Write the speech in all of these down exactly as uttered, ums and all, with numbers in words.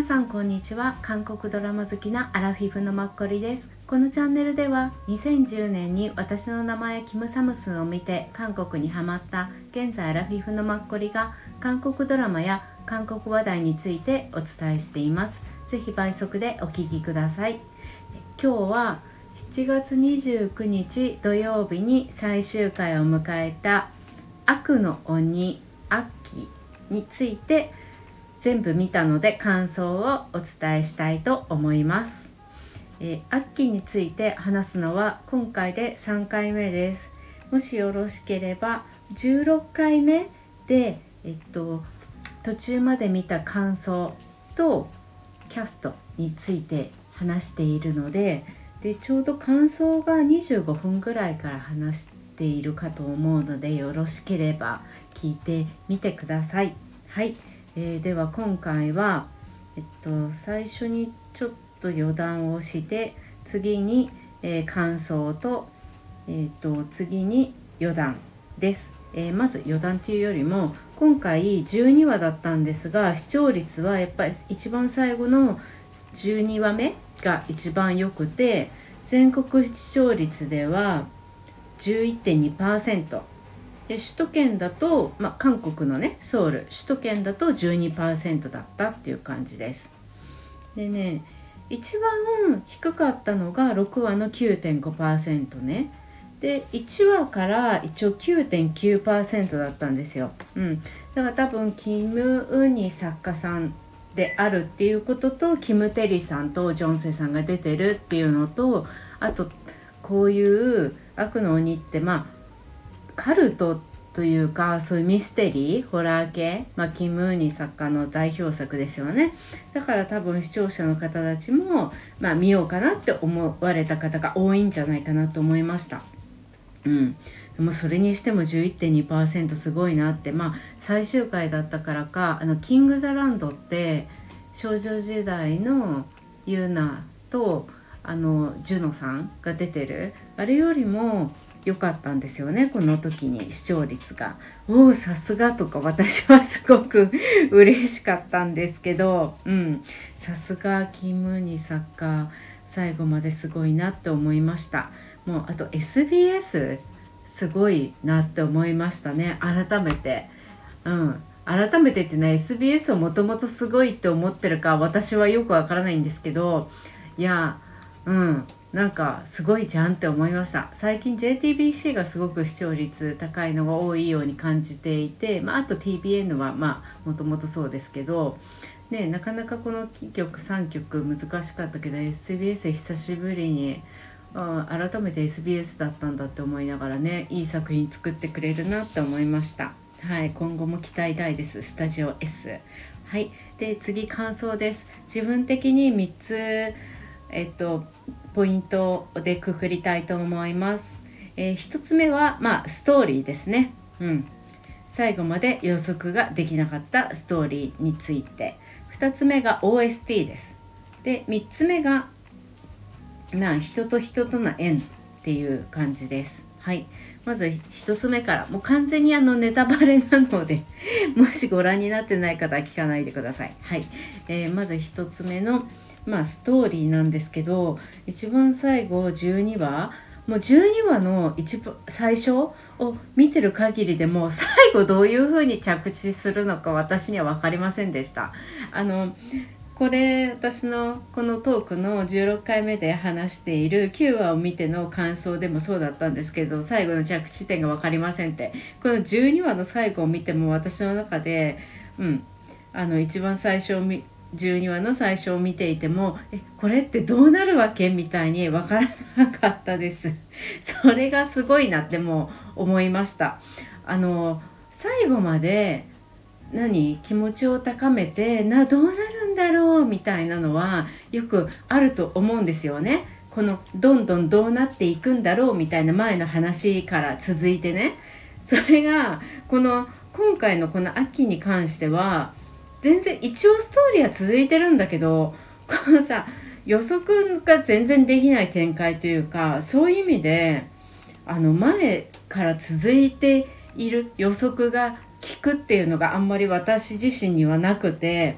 さんこんにちは。韓国ドラマ好きなアラフィフのマッコリです。このチャンネルではにせんじゅうねんに私の名前キムサムスンを見て韓国にハマった現在アラフィフのマッコリが韓国ドラマや韓国話題についてお伝えしています。ぜひ倍速でお聞きください。今日はしちがつにじゅうくにち土曜日に最終回を迎えた悪の鬼アッキーについて全部見たので感想をお伝えしたいと思います。えー、アッキーについて話すのは今回でさんかいめです。もしよろしければじゅうろっかいめで、えっと、途中まで見た感想とキャストについて話しているので、でちょうど感想がにじゅうごふんぐらいから話しているかと思うので、よろしければ聞いてみてください。はい、えー、では今回は、えっと、最初にちょっと余談をして、次に、えー、感想と、えー、と次に余談です。えー、まず余談というよりも、今回じゅうにわだったんですが、視聴率はやっぱり一番最後のじゅうにわめが一番良くて、全国視聴率では じゅういってんにパーセントで、首都圏だと、まあ、韓国のねソウル首都圏だと じゅうにパーセント だったっていう感じです。でね、一番低かったのがろくわの きゅうてんごパーセント ね。でいちわから一応 きゅうてんきゅうパーセント だったんですよ。うん、だから多分キム・ウニ作家さんであるっていうことと、キム・テリさんとジョンセさんが出てるっていうのと、あとこういう悪の鬼ってまあカルトというか、そういうミステリーホラー系、まあ、キム・ウニ作家の代表作ですよね。だから多分視聴者の方たちも、まあ、見ようかなって思われた方が多いんじゃないかなと思いました。うん、でもそれにしても じゅういってんにパーセント すごいなって。まあ最終回だったからか、あのキング・ザ・ランドって少女時代のユナとあのジュノさんが出てるあれよりも良かったんですよね、この時に視聴率が。おおさすがとか私はすごく嬉しかったんですけど、うんさすがキムニ作家、最後まですごいなって思いました。もうあと エスビーエス すごいなって思いましたね、改めて。うん改めてってね、 エスビーエス をもともとすごいって思ってるか私はよくわからないんですけど、いやうんなんかすごいじゃんって思いました。最近 ジェイティービーシー がすごく視聴率高いのが多いように感じていて、まあ、あと ティービーエヌ はまあもともとそうですけど、ね、なかなかこのききょくさんきょく難しかったけど エスビーエス 久しぶりに、うん、改めて エスビーエス だったんだって思いながらね、いい作品作ってくれるなって思いました。はい、今後も期待大です、スタジオ S。 はい、で次感想です。自分的にみっつえっとポイントでくくりたいと思います。えー、ひとつめは、まあ、ストーリーですね。うん、最後まで予測ができなかったストーリーについて。ふたつめが オーエスティー です。でみっつめがな人と人との縁っていう感じです。はい、まずひとつめから、もう完全にあのネタバレなのでもしご覧になってない方は聞かないでください。はい、えー、まずひとつめのまあ、ストーリーなんですけど、一番最後じゅうにわ、もうじゅうにわの一番最初を見てる限りでも最後どういう風に着地するのか私には分かりませんでした。あのこれ私のこのトークのじゅうろっかいめで話しているきゅうわを見ての感想でもそうだったんですけど、最後の着地点が分かりませんって。このじゅうにわの最後を見ても私の中で、うん、あの一番最初を見じゅうにわの最初を見ていても、えこれってどうなるわけみたいに分からなかったです。それがすごいなっても思いました。あの最後まで何気持ちを高めてなどうなるんだろうみたいなのはよくあると思うんですよね。このどんどんどうなっていくんだろうみたいな前の話から続いてね、それがこの今回のこの秋に関しては全然一応ストーリーは続いてるんだけど、このさ予測が全然できない展開というか、そういう意味であの前から続いている予測が効くっていうのがあんまり私自身にはなくて、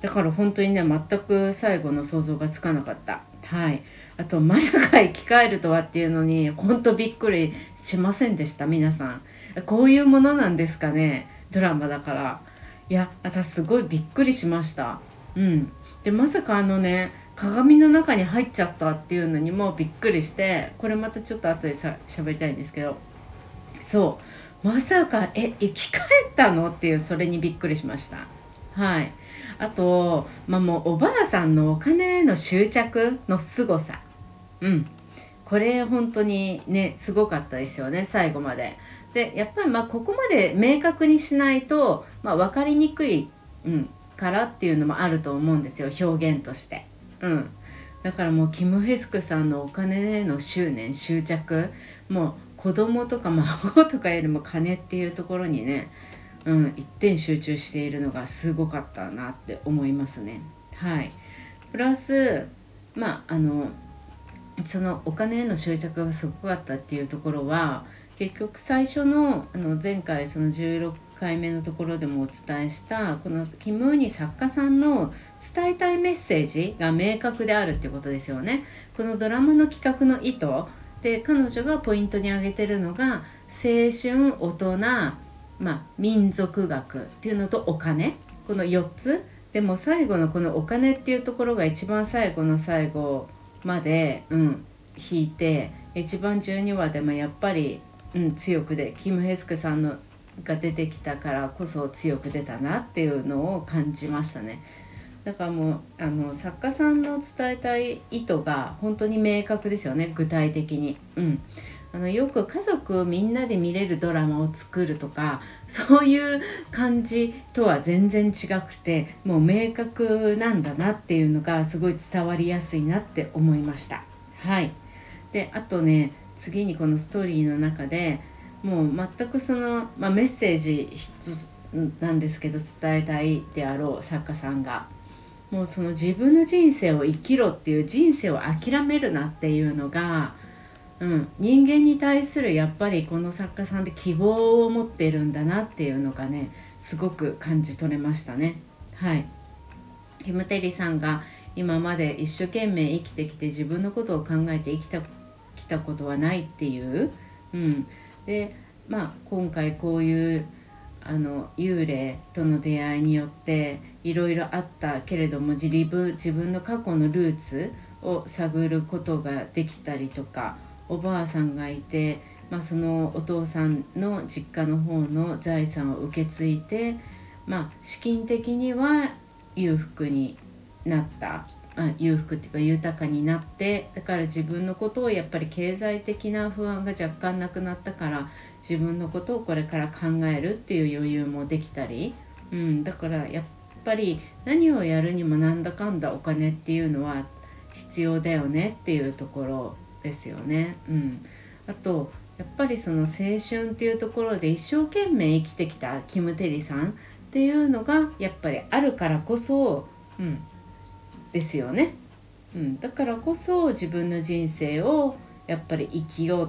だから本当にね全く最後の想像がつかなかった。はい。あとまさか生き返るとはっていうのに本当びっくりしませんでした？皆さんこういうものなんですかね、ドラマだから。いや私すごいびっくりしました。うんでまさかあのね鏡の中に入っちゃったっていうのにもびっくりして、これまたちょっと後でさ喋りたいんですけど、そうまさかえ生き返ったのっていう、それにびっくりしました。はい。あと、まあ、もうおばあさんのお金への執着の凄さ、うんこれ本当にねすごかったですよね、最後まで。でやっぱりまあここまで明確にしないと、まあ、分かりにくい、うん、からっていうのもあると思うんですよ、表現として。うん、だからもうキム・ヘスクさんのお金への執念執着、もう子供とか孫とかよりも金っていうところにね、うん、一点集中しているのがすごかったなって思いますね。はい。プラスまああのそのお金への執着がすごかったっていうところは、結局最初の、あの前回そのじゅうろっかいめのところでもお伝えしたこのキム・ウニ作家さんの伝えたいメッセージが明確であるっていうことですよね。このドラマの企画の意図で彼女がポイントに挙げてるのが青春、大人、まあ、民族学っていうのとお金、このよっつでも最後のこのお金っていうところが一番最後の最後まで、うん、引いて一番じゅうにわでもやっぱり、うん、強くでキム・ヘスクさんのが出てきたからこそ強く出たなっていうのを感じましたね。だからもうあの作家さんの伝えたい意図が本当に明確ですよね、具体的に。うんあのよく家族みんなで見れるドラマを作るとかそういう感じとは全然違くて、もう明確なんだなっていうのがすごい伝わりやすいなって思いました。はい。であとね次にこのストーリーの中でもう全くその、まあ、メッセージ一つなんですけど伝えたいであろう作家さんがもうその自分の人生を生きろっていう、人生を諦めるなっていうのが、うん、人間に対するやっぱりこの作家さんって希望を持っているんだなっていうのがねすごく感じ取れましたね。はい。キム・テリさんが今まで一生懸命生きてきて自分のことを考えて生きたきたことはないっていう、うん、でまあ今回こういうあの幽霊との出会いによっていろいろあったけれども自分、自分の過去のルーツを探ることができたりとか、おばあさんがいて、まあ、そのお父さんの実家の方の財産を受け継いで、まあ、資金的には裕福になった、あ裕福っていうか豊かになって、だから自分のことをやっぱり経済的な不安が若干なくなったから自分のことをこれから考えるっていう余裕もできたり、うん、だからやっぱり何をやるにもなんだかんだお金っていうのは必要だよねっていうところですよね。うん、あとやっぱりその青春っていうところで一生懸命生きてきたキム・テリさんっていうのがやっぱりあるからこそ、うん、ですよね。うん、だからこそ自分の人生をやっぱり生きようって、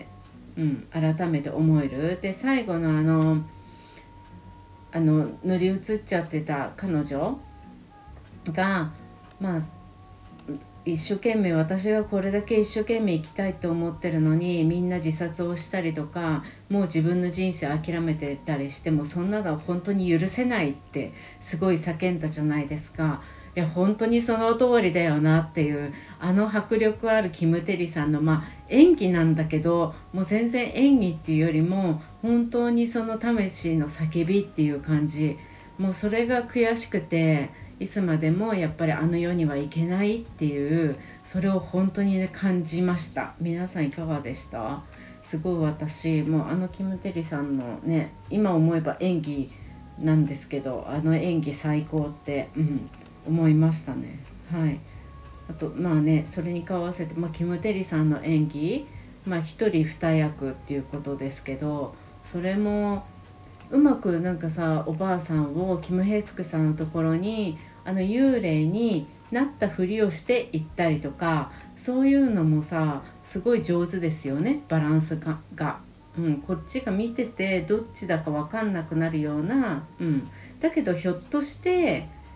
うん、改めて思える。で最後のあのあの乗り移っちゃってた彼女がまあ一生懸命私がこれだけ一生懸命生きたいと思ってるのにみんな自殺をしたりとかもう自分の人生諦めてたりしてもそんなのは本当に許せないってすごい叫んだじゃないですか。いや本当にその通りだよなっていう、あの迫力あるキム・テリさんの、まあ、演技なんだけどもう全然演技っていうよりも本当にその魂の叫びっていう感じ、もうそれが悔しくていつまでもやっぱりあの世にはいけないっていう、それを本当にね感じました。皆さんいかがでした？すごい私もうあのキム・テリさんのね今思えば演技なんですけど、あの演技最高って、うん、思いましたね。はい。あとまあねそれに合わせて、まあ、キム・テリさんの演技、まあ一人二役っていうことですけど、それもうまくなんかさおばあさんをキム・ヘスクさんのところにあの幽霊になったふりをしていったりとか、そういうのもさすごい上手ですよね、バランスがが、うん、こっちが見ててどっちだか分かんなくなるような、うん、だけどひょっとして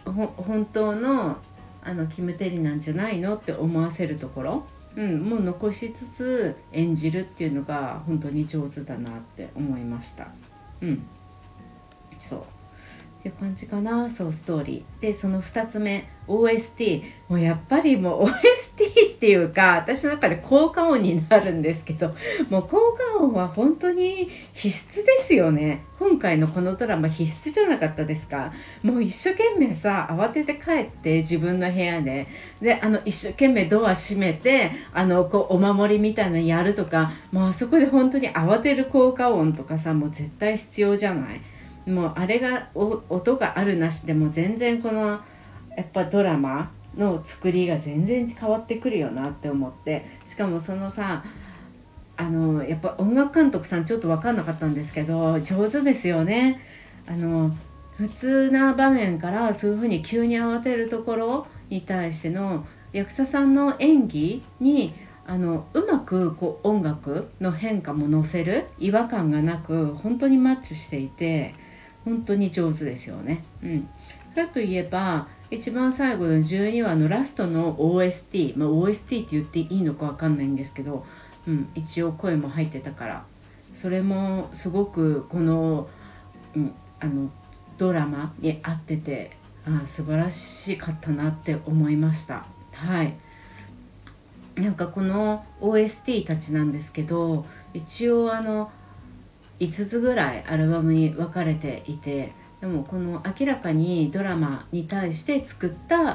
ほ本当のあのキム・テリなんじゃないのって思わせるところ、うん、もう残しつつ演じるっていうのが本当に上手だなって思いました。うん、そうっていう感じかな。そうストーリーで、そのふたつめ オーエスティー、 もうやっぱりもう オーエスティー っていうか私の中で効果音になるんですけど、もう効果音は本当に必須ですよね。今回のこのドラマ必須じゃなかったですか。もう一生懸命さ慌てて帰って自分の部屋でであの一生懸命ドア閉めてあのこうお守りみたいなのやるとか、もうあそこで本当に慌てる効果音とかさ、もう絶対必要じゃない。もうあれがお音があるなしでも全然このやっぱドラマの作りが全然変わってくるよなって思って、しかもそのさあのやっぱ音楽監督さんちょっと分かんなかったんですけど上手ですよね。あの普通な場面からそういう風に急に慌てるところに対しての役者さんの演技にあのうまくこう音楽の変化も乗せる違和感がなく本当にマッチしていて本当に上手ですよね。うん。かといえば一番最後のじゅうにわのラストの オーエスティー、まあ、オーエスティー って言っていいのか分かんないんですけど、うん、一応声も入ってたからそれもすごくこの、うん、あのドラマに合っててあ素晴らしかったなって思いました。はい。なんかこの オーエスティー たちなんですけど一応あのいつつぐらいアルバムに分かれていて、でもこの明らかにドラマに対して作った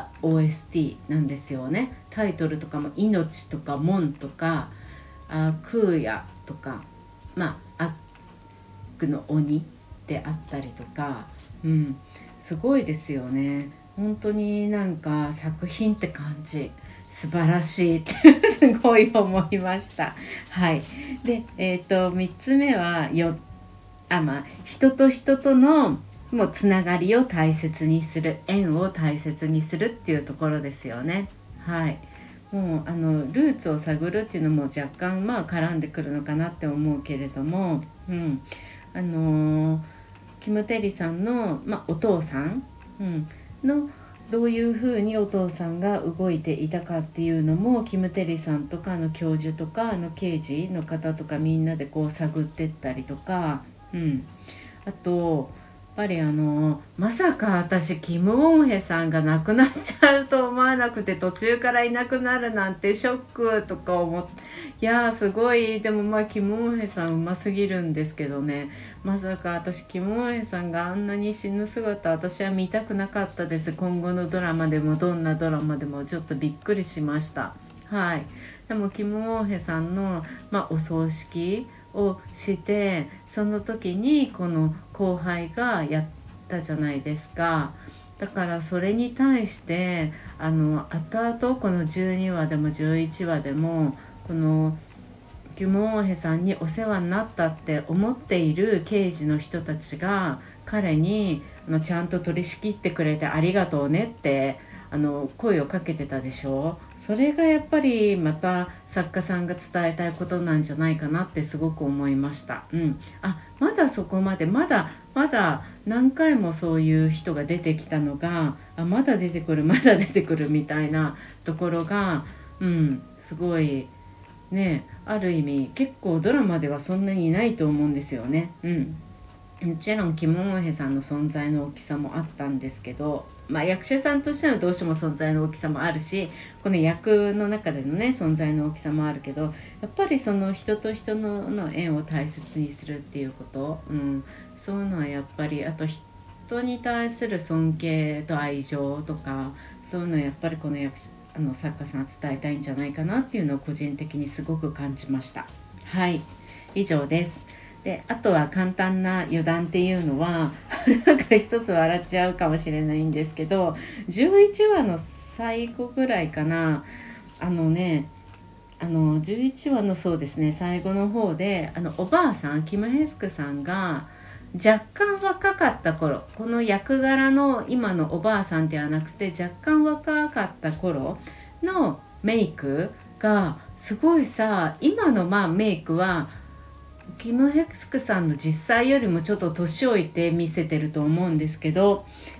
オーエスティー なんですよね。タイトルとかも命とか門とかあ空也とか、まあ悪の鬼であったりとか、うん、すごいですよね。本当になんか作品って感じ、素晴らしいってすごい思いました。はい。で、えっとみっつめはよあまあ人と人とのもうつながりを大切にする、縁を大切にするっていうところですよね。はい。もうあのルーツを探るっていうのも若干まあ絡んでくるのかなって思うけれども、うん、あのーキム・テリさんの、まあ、お父さん、うん、のどういうふうにお父さんが動いていたかっていうのもキム・テリさんとかの教授とかの刑事の方とかみんなでこう探ってったりとか、うん、あとやっぱりあのまさか私キム・ウォンヘさんが亡くなっちゃうと思わなくて途中からいなくなるなんてショックとか思って、いやーすごい。でもまあキム・ウォンヘさんうますぎるんですけどね、まさか私キム・ウォンヘさんがあんなに死ぬ姿私は見たくなかったです。今後のドラマでもどんなドラマでもちょっとびっくりしました。はい。でもキム・ウォンヘさんの、まあ、お葬式をしてその時にこの後輩がやったじゃないですか。だからそれに対してあの後々このじゅうにわでもじゅういちわでもこのキム・オンヘさんにお世話になったって思っている刑事の人たちが彼にあのちゃんと取り仕切ってくれてありがとうねってあの声をかけてたでしょ。それがやっぱりまた作家さんが伝えたいことなんじゃないかなってすごく思いました。うん、あまだそこまでまだまだ何回もそういう人が出てきたのがあまだ出てくるまだ出てくるみたいなところが、うん、すごいね、ある意味結構ドラマではそんなにいないと思うんですよね。うん、もちろんキム・オンヘさんの存在の大きさもあったんですけど、まあ、役者さんとしてのどうしても存在の大きさもあるしこの役の中でのね存在の大きさもあるけど、やっぱりその人と人のの縁を大切にするっていうこと、うん、そういうのはやっぱりあと人に対する尊敬と愛情とかそういうのはやっぱりこの役者あの作家さんは伝えたいんじゃないかなっていうのを個人的にすごく感じました。はい、以上です。であとは簡単な余談っていうのはなんか一つ笑っちゃうかもしれないんですけどじゅういちわの最後ぐらいかな、あのねあのじゅういちわのそうですね最後の方であのおばあさんキム・ヘスクさんが若干若かった頃、この役柄の今のおばあさんではなくて若干若かった頃のメイクがすごいさ、今のまあメイクはキム・ヘクスクさんの実際よりもちょっと年老いて見せてると思うんですけど、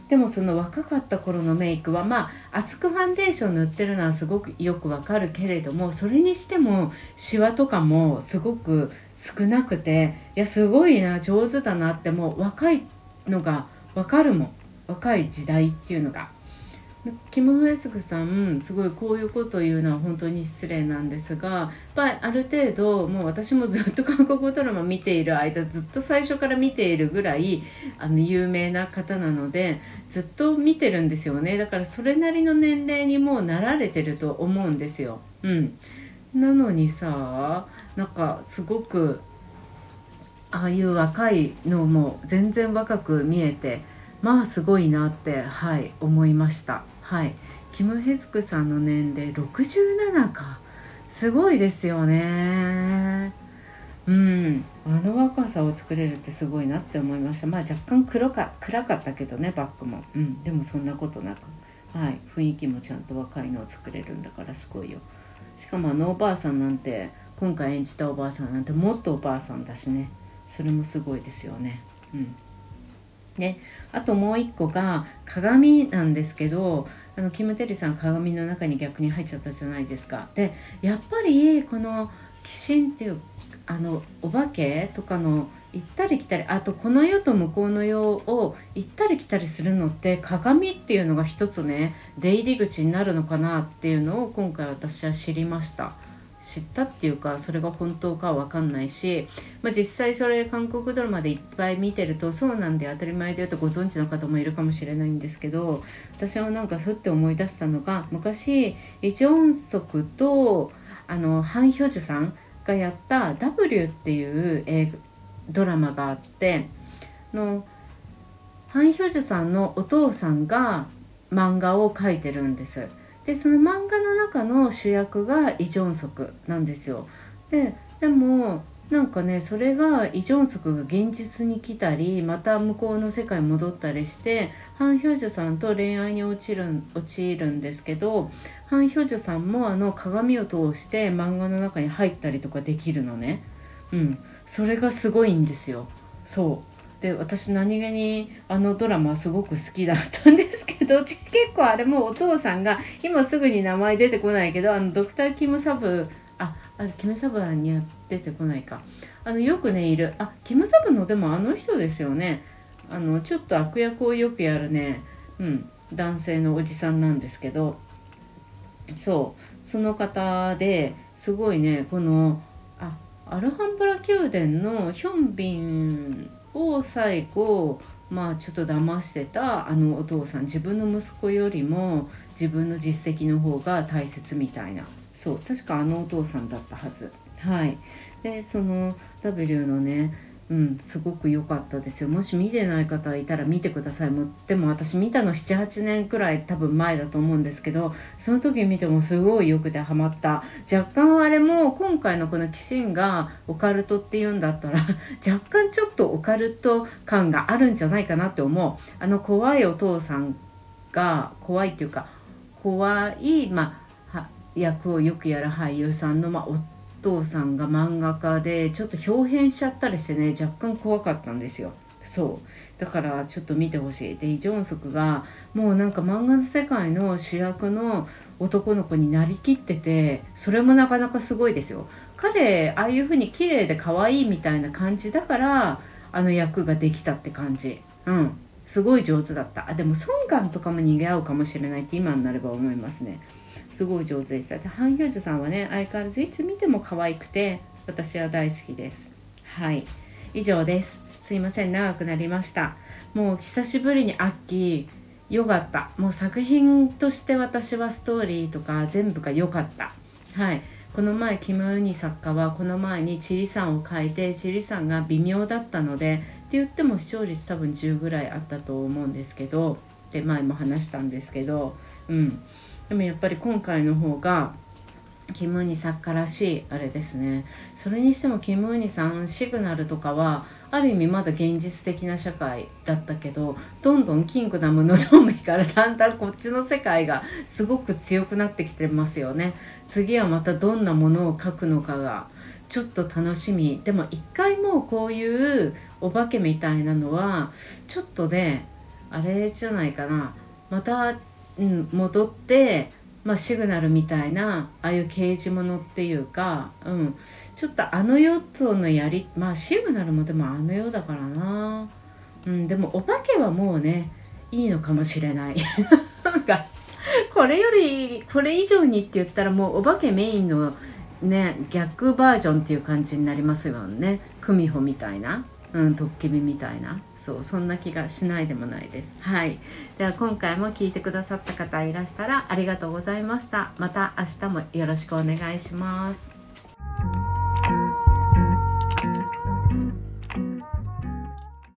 でもその若かった頃のメイクはまあ厚くファンデーション塗ってるのはすごくよくわかるけれども、それにしてもシワとかもすごく少なくて、いやすごいな、上手だなって、もう若いのがわかるもん、若い時代っていうのが。キム・ウェスクさんすごいこういうことを言うのは本当に失礼なんですが、やっぱりある程度もう私もずっと韓国ドラマ見ている間、ずっと最初から見ているぐらいあの有名な方なので、ずっと見てるんですよね。だからそれなりの年齢にもうなられてると思うんですよ。うんなのにさ、なんかすごくああいう若いのも全然若く見えて、まあすごいなって、はい思いました。はい、キム・ヘスクさんの年齢ろくじゅうななか、すごいですよね。うんあの若さを作れるってすごいなって思いました。まあ若干黒か暗かったけどね、バックも、うん、でもそんなことなく、はい、雰囲気もちゃんと若いのを作れるんだからすごいよ。しかもあのおばあさんなんて、今回演じたおばあさんなんてもっとおばあさんだしね、それもすごいですよね。うんであともう一個が鏡なんですけど、あのキム・テリさん鏡の中に逆に入っちゃったじゃないですか。でやっぱりこの鬼神っていうあのお化けとかの行ったり来たり、あとこの世と向こうの世を行ったり来たりするのって鏡っていうのが一つね、出入り口になるのかなっていうのを今回私は知りました。知ったっていうか、それが本当かは分かんないし、まあ、実際それ韓国ドラマでいっぱい見てるとそうなんで当たり前だよとご存知の方もいるかもしれないんですけど、私はなんかそうって思い出したのが、昔イ・ジョンソクとあのハン・ヒョジュさんがやった ダブリュー っていう映画ドラマがあって、のハン・ヒョジュさんのお父さんが漫画を描いてるんです。でその漫画の中の主役がイ・ジョンソクなんですよ。ででもなんかね、それがイ・ジョンソクが現実に来たり、また向こうの世界に戻ったりしてハン・ヒョジュさんと恋愛に陥る陥るんですけど、ハン・ヒョジュさんもあの鏡を通して漫画の中に入ったりとかできるのね。うんそれがすごいんですよ。そうで私何気にあのドラマすごく好きだったんですけど、結構あれもお父さんが今すぐに名前出てこないけど、あのドクターキムサブああキムサブには出てこないか、あのよくねいる、あキムサブのでもあの人ですよね。あのちょっと悪役をよくやるね、うん男性のおじさんなんですけど、そうその方ですごいね、このあアルハンブラ宮殿のヒョンビンを最後まあちょっと騙してたあのお父さん、自分の息子よりも自分の実績の方が大切みたいな、そう確かあのお父さんだったはず。はいでその ダブリュー のね、うんすごく良かったですよ。もし見てない方いたら見てください。もでも私見たのななはちねんくらい多分前だと思うんですけど、その時見てもすごいよくてハマった。若干あれも今回のこの鬼神がオカルトっていうんだったら若干ちょっとオカルト感があるんじゃないかなって思う。あの怖いお父さんが怖いっていうか怖い、まあ、役をよくやる俳優さんの、まあ、お父さんが漫画家でちょっと表変しちゃったりしてね、若干怖かったんですよ。そうだからちょっと見てほしい。でイ・ジョンソクがもうなんか漫画の世界の主役の男の子になりきってて、それもなかなかすごいですよ。彼ああいう風に綺麗で可愛いみたいな感じだからあの役ができたって感じ。うんすごい上手だった。あでもソンガンとかも似合うかもしれないって今になれば思いますね。すごい上手でした。でハン・ヒョジュさんはね相変わらずいつ見ても可愛くて私は大好きです。はい以上です。すいません長くなりました。もう久しぶりにアッキー良かった。もう作品として私はストーリーとか全部が良かった。はいこの前キム・ウニ作家はこの前にチリ産を書いて、チリ産が微妙だったのでって言っても視聴率多分じゅうぐらいあったと思うんですけど、で前も話したんですけど、うんでもやっぱり今回の方がキム・ウニ作家らしいあれですね。それにしてもキム・ウニさんシグナルとかはある意味まだ現実的な社会だったけど、どんどんキングダムのゾンビからだんだんこっちの世界がすごく強くなってきてますよね。次はまたどんなものを描くのかがちょっと楽しみ。でも一回もうこういうお化けみたいなのはちょっとねあれじゃないかな、また、うん、戻って、まあ、シグナルみたいなああいう刑事ものっていうか、うん、ちょっとあの世とのやり、まあシグナルもでもあの世だからな、うん、でもお化けはもうねいいのかもしれないなんかこれよりこれ以上にって言ったらもうお化けメインのね逆バージョンっていう感じになりますよね。久美穂みたいな、うん、ドッキリみたいな、そうそんな気がしないでもないです。はい、では今回も聞いてくださった方いらしたらありがとうございました。また明日もよろしくお願いします。